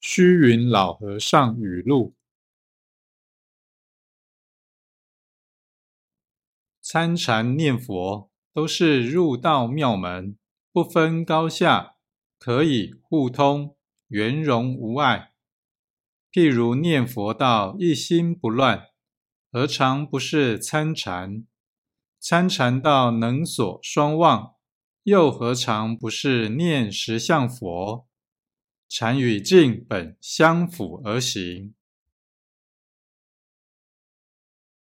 虚云老和尚语录：参禅念佛都是入道妙门，不分高下，可以互通，圆融无碍。譬如念佛道一心不乱，何尝不是参禅？参禅道能所双忘，又何尝不是念实相佛？禅与境本相辅而行。